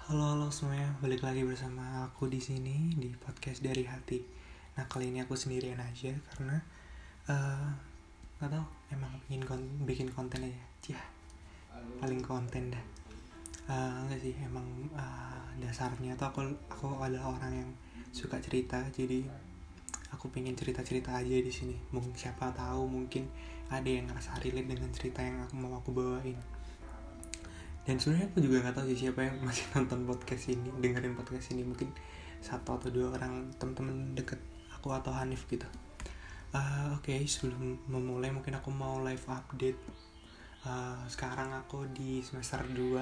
Halo semuanya, balik lagi bersama aku di sini di podcast dari hati. Nah kali ini aku sendirian aja karena nggak tahu emang bikin konten aja, paling konten dah. Enggak sih emang dasarnya tuh aku adalah orang yang suka cerita, jadi aku pengen cerita aja di sini. Mungkin siapa tahu mungkin ada yang ngerasa relate dengan cerita yang aku bawain. Dan sebenarnya aku juga nggak tahu sih siapa yang masih nonton podcast ini, dengerin podcast ini. Mungkin satu atau dua orang teman-teman deket aku atau Hanif gitu. Oke, sebelum memulai mungkin aku mau live update. Sekarang aku di semester 2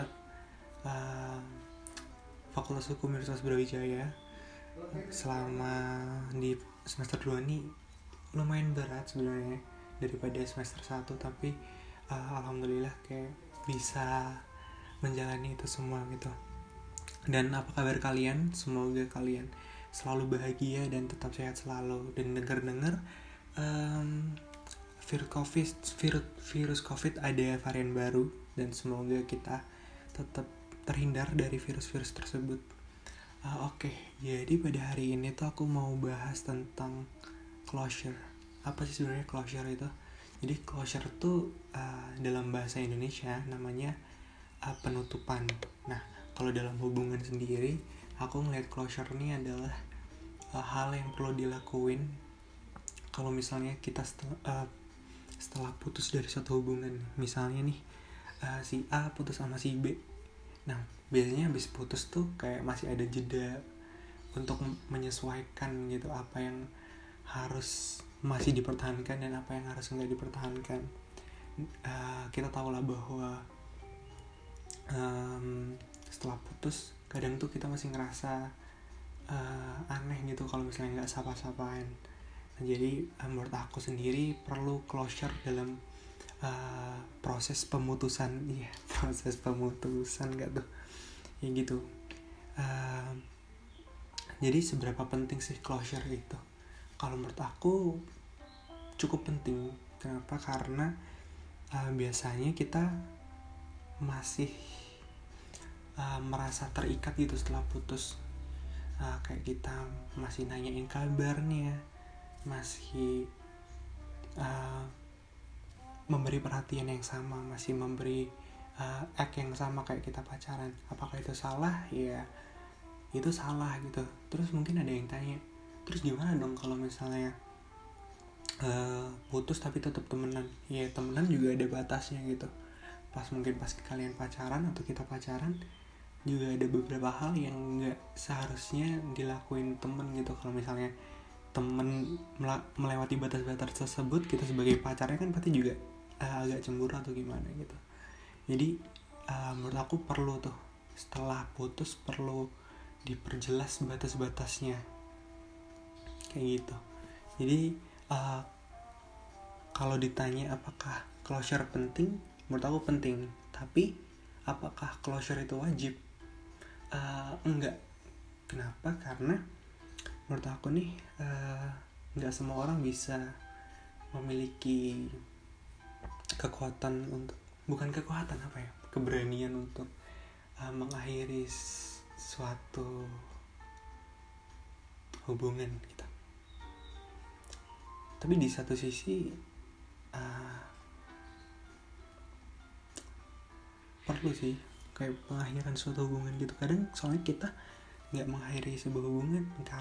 Fakultas Hukum Universitas Brawijaya. Selama di semester 2 ini lumayan berat sebenarnya daripada semester 1, tapi alhamdulillah kayak bisa menjalani itu semua gitu. Dan apa kabar kalian? Semoga kalian selalu bahagia dan tetap sehat selalu. Dan dengar virus COVID ada varian baru, dan semoga kita tetap terhindar dari virus-virus tersebut. Oke, jadi pada hari ini tuh aku mau bahas tentang closure. Apa sih sebenarnya closure itu? Jadi closure tuh dalam bahasa Indonesia namanya penutupan. Nah, kalau dalam hubungan sendiri, aku ngeliat closure ini adalah hal yang perlu dilakuin kalau misalnya kita setelah putus dari suatu hubungan. Misalnya nih, si A putus sama si B. Nah, biasanya habis putus tuh kayak masih ada jeda untuk menyesuaikan gitu, apa yang harus masih dipertahankan dan apa yang harus nggak dipertahankan. Kita tahu lah bahwa setelah putus kadang tuh kita masih ngerasa aneh gitu kalau misalnya nggak sapa-sapaan. Nah, jadi menurut aku sendiri perlu closure dalam proses pemutusan. Proses pemutusan nggak tuh ya gitu. Jadi seberapa penting sih closure itu? Kalau menurut aku cukup penting. Kenapa? Karena biasanya kita masih merasa terikat gitu setelah putus. Kayak kita masih nanyain kabarnya, masih memberi perhatian yang sama, masih memberi act yang sama kayak kita pacaran. Apakah itu salah? Ya itu salah gitu. Terus mungkin ada yang tanya, terus gimana dong kalau misalnya putus tapi tetap temenan? Ya temenan juga ada batasnya gitu. Mungkin pas kalian pacaran atau kita pacaran juga ada beberapa hal yang nggak seharusnya dilakuin temen gitu. Kalau misalnya temen melewati batas-batas tersebut, kita sebagai pacarnya kan pasti juga agak cemburu atau gimana gitu. Jadi menurut aku perlu tuh setelah putus perlu diperjelas batas-batasnya kayak gitu. Jadi kalau ditanya apakah closure penting, menurut aku penting. Tapi apakah closure itu wajib? Enggak. Kenapa? Karena menurut aku nih enggak semua orang bisa memiliki kekuatan untuk, bukan kekuatan apa ya, keberanian untuk mengakhiri suatu hubungan gitu. Tapi di satu sisi perlu sih kayak pengakhiran suatu hubungan gitu. Kadang soalnya kita nggak mengakhiri sebuah hubungan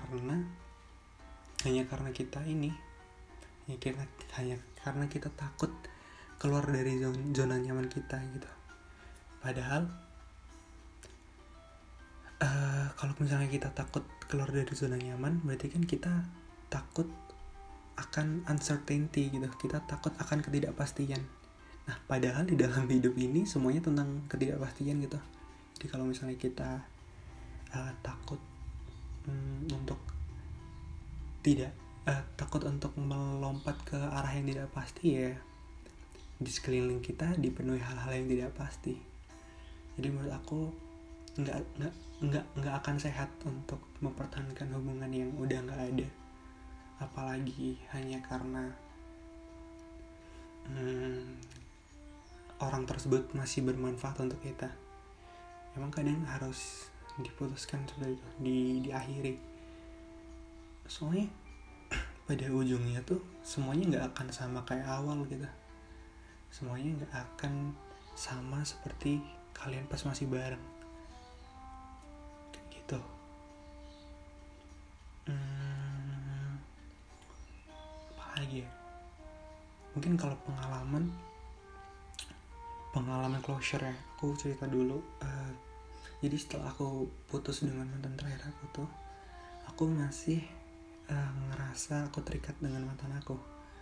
hanya karena kita hanya karena kita takut keluar dari zona nyaman kita gitu. Padahal kalau misalnya kita takut keluar dari zona nyaman, berarti kan kita takut akan uncertainty gitu. Kita takut akan ketidakpastian. Nah, padahal di dalam hidup ini semuanya tentang ketidakpastian gitu. Jadi kalau misalnya kita takut untuk melompat ke arah yang tidak pasti, ya di sekeliling kita dipenuhi hal-hal yang tidak pasti. Jadi menurut aku nggak akan sehat untuk mempertahankan hubungan yang udah nggak ada, apalagi hanya karena orang tersebut masih bermanfaat untuk kita. Emang kadang harus diputuskan seperti itu, diakhiri. Soalnya pada ujungnya tuh semuanya nggak akan sama kayak awal gitu, semuanya nggak akan sama seperti kalian pas masih bareng kayak gitu. Apa lagi ya, mungkin kalau pengalaman closure ya, aku cerita dulu. Jadi setelah aku putus dengan mantan terakhir aku tuh, aku masih ngerasa aku terikat dengan mantan aku.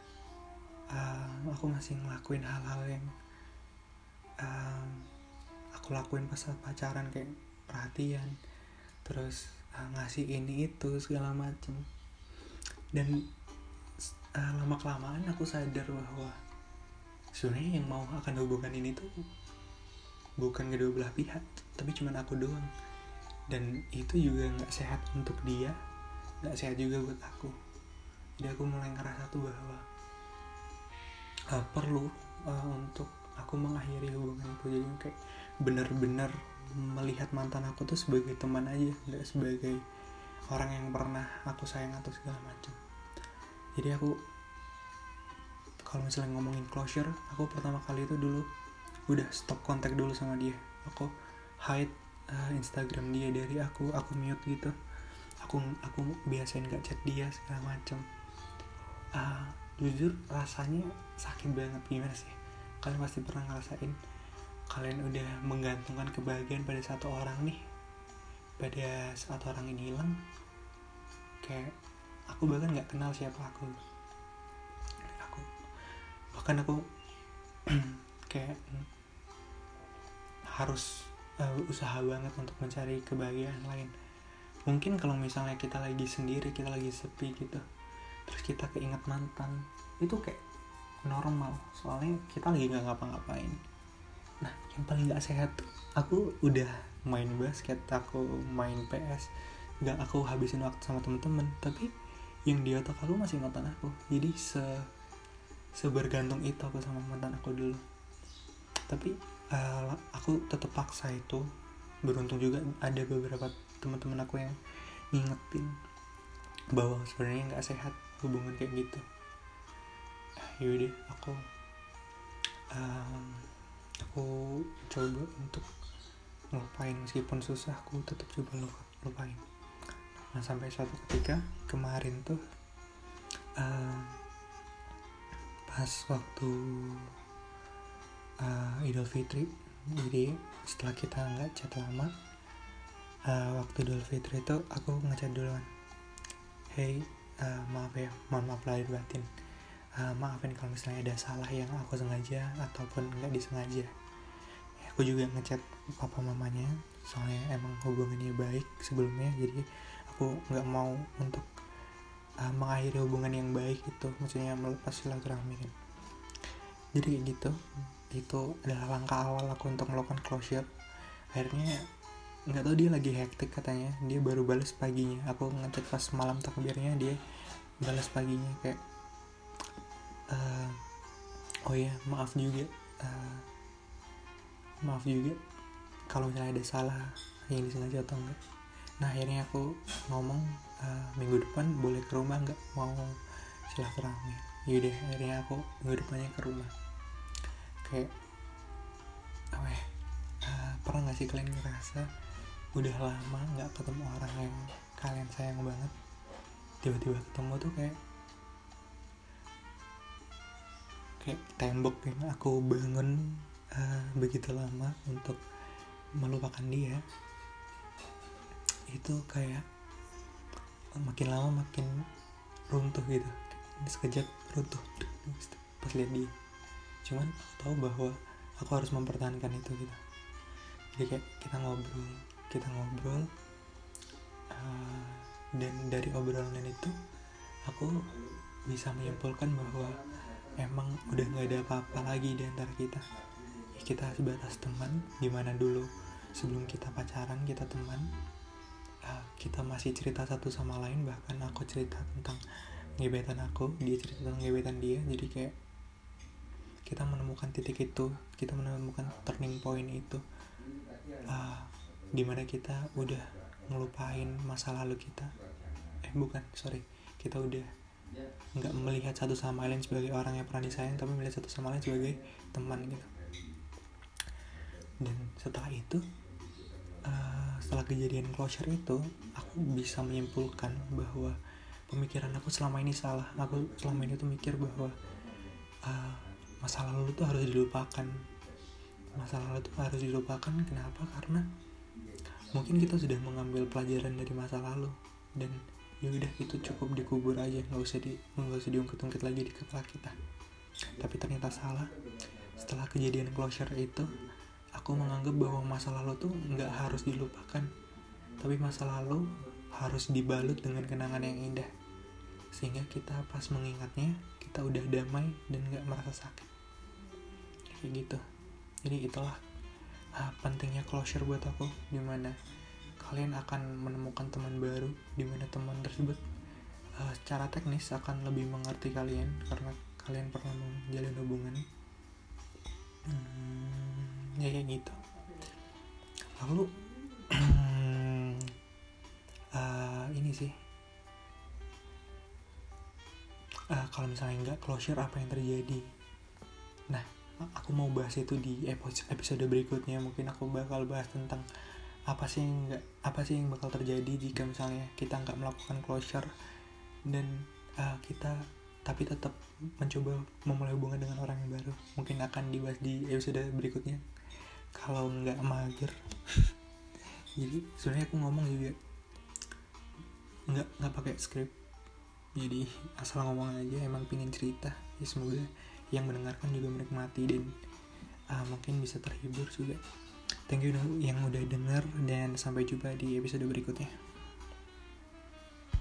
Aku masih ngelakuin hal-hal yang aku lakuin pas saat pacaran, kayak perhatian, terus ngasih ini itu segala macem. Dan lama kelamaan aku sadar bahwa sebenarnya yang mau akan hubungan ini tuh bukan kedua belah pihak, tapi cuma aku doang. Dan itu juga nggak sehat untuk dia, nggak sehat juga buat aku. Jadi aku mulai ngerasa tuh bahwa perlu untuk aku mengakhiri hubungan itu. Jadi kayak benar-benar melihat mantan aku tuh sebagai teman aja, nggak sebagai orang yang pernah aku sayang atau segala macam. Jadi aku kalau misalnya ngomongin closure, aku pertama kali itu dulu udah stop kontak dulu sama dia. Aku hide Instagram dia dari aku mute gitu. Aku biasain gak chat dia segala macem. Jujur rasanya sakit banget. Gimana sih, kalian pasti pernah ngerasain kalian udah menggantungkan kebahagiaan pada satu orang nih, pada saat orang ini hilang. Kayak aku bahkan gak kenal siapa aku kayak harus usaha banget untuk mencari kebahagiaan lain. Mungkin kalau misalnya kita lagi sendiri, kita lagi sepi gitu, terus kita keinget mantan, itu kayak normal, soalnya kita lagi gak ngapa-ngapain. Nah, yang paling gak sehat, aku udah main basket, aku main PS, gak aku habisin waktu sama temen-temen, tapi yang di otak aku masih mantan aku. Jadi sebergantung itu aku sama mantan aku dulu. Tapi aku tetap paksa itu. Beruntung juga ada beberapa teman-teman aku yang ngingetin bahwa sebenarnya nggak sehat hubungan kayak gitu. Yaudah, aku coba untuk ngelupain, meskipun susah aku tetap coba lupain. Nah, sampai suatu ketika kemarin tuh pas waktu Idul Fitri, jadi setelah kita nggak chat lama, waktu Idul Fitri itu aku ngechat duluan, hey, maaf ya, mohon maaf lahir batin, maafin kalau misalnya ada salah yang aku sengaja ataupun nggak disengaja. Aku juga ngechat papa mamanya, soalnya emang hubungannya baik sebelumnya, jadi aku nggak mau untuk mengakhiri hubungan yang baik itu, maksudnya melepas silaturahmi kan. Jadi kayak gitu, itu adalah langkah awal aku untuk melakukan closure. Akhirnya nggak tahu dia lagi hektik katanya, dia baru balas paginya. Aku ngechat pas malam takbirnya, dia balas paginya kayak oh ya, maaf juga kalau misalnya ada salah yang disengaja atau enggak. Nah, akhirnya aku ngomong minggu depan boleh ke rumah nggak, mau silaturahmi. Yaudah, akhirnya aku minggu depannya ke rumah. Kayak pernah nggak sih kalian ngerasa udah lama nggak ketemu orang yang kalian sayang banget, tiba-tiba ketemu tuh kayak tembok yang aku bangun begitu lama untuk melupakan dia, itu kayak makin lama makin runtuh gitu. Sekejap runtuh pas lihat dia. Cuman aku tahu bahwa aku harus mempertahankan itu gitu. Jadi kayak kita ngobrol dan dari obrolan itu aku bisa menyimpulkan bahwa emang udah gak ada apa-apa lagi di antara kita. Kita sebatas teman, dimana dulu sebelum kita pacaran kita teman, kita masih cerita satu sama lain, bahkan aku cerita tentang gebetan aku, dia cerita tentang gebetan dia. Jadi kayak kita menemukan titik itu, kita menemukan turning point itu. dimana kita udah ngelupain masa lalu kita. Kita udah nggak melihat satu sama lain sebagai orang yang pernah disayang, tapi melihat satu sama lain sebagai teman gitu. Dan setelah itu, setelah kejadian closure itu, aku bisa menyimpulkan bahwa pemikiran aku selama ini salah. Aku selama ini tuh mikir bahwa masa lalu tuh harus dilupakan. Kenapa? Karena mungkin kita sudah mengambil pelajaran dari masa lalu, dan ya udah, itu cukup dikubur aja, nggak usah diungkit-ungkit lagi di kepala kita. Tapi ternyata salah. Setelah kejadian closure itu, aku menganggap bahwa masa lalu tuh nggak harus dilupakan, tapi masa lalu harus dibalut dengan kenangan yang indah, sehingga kita pas mengingatnya kita udah damai dan nggak merasa sakit kayak gitu. Jadi itulah pentingnya closure buat aku, dimana kalian akan menemukan teman baru, dimana teman tersebut secara teknis akan lebih mengerti kalian karena kalian pernah menjalin hubungan. Ya kayak gitu. Lalu ini sih, kalau misalnya nggak closure, apa yang terjadi? Nah, aku mau bahas itu di episode berikutnya. Mungkin aku bakal bahas tentang apa sih yang bakal terjadi jika misalnya kita nggak melakukan closure dan kita tapi tetap mencoba memulai hubungan dengan orang yang baru. Mungkin akan dibahas di episode berikutnya kalau nggak mager. Jadi sebenarnya aku ngomong juga nggak pakai skrip, jadi asal ngomong aja, emang pingin cerita ya. Semoga yang mendengarkan juga menikmati dan mungkin bisa terhibur juga. Thank you yang udah denger, dan sampai jumpa di episode berikutnya.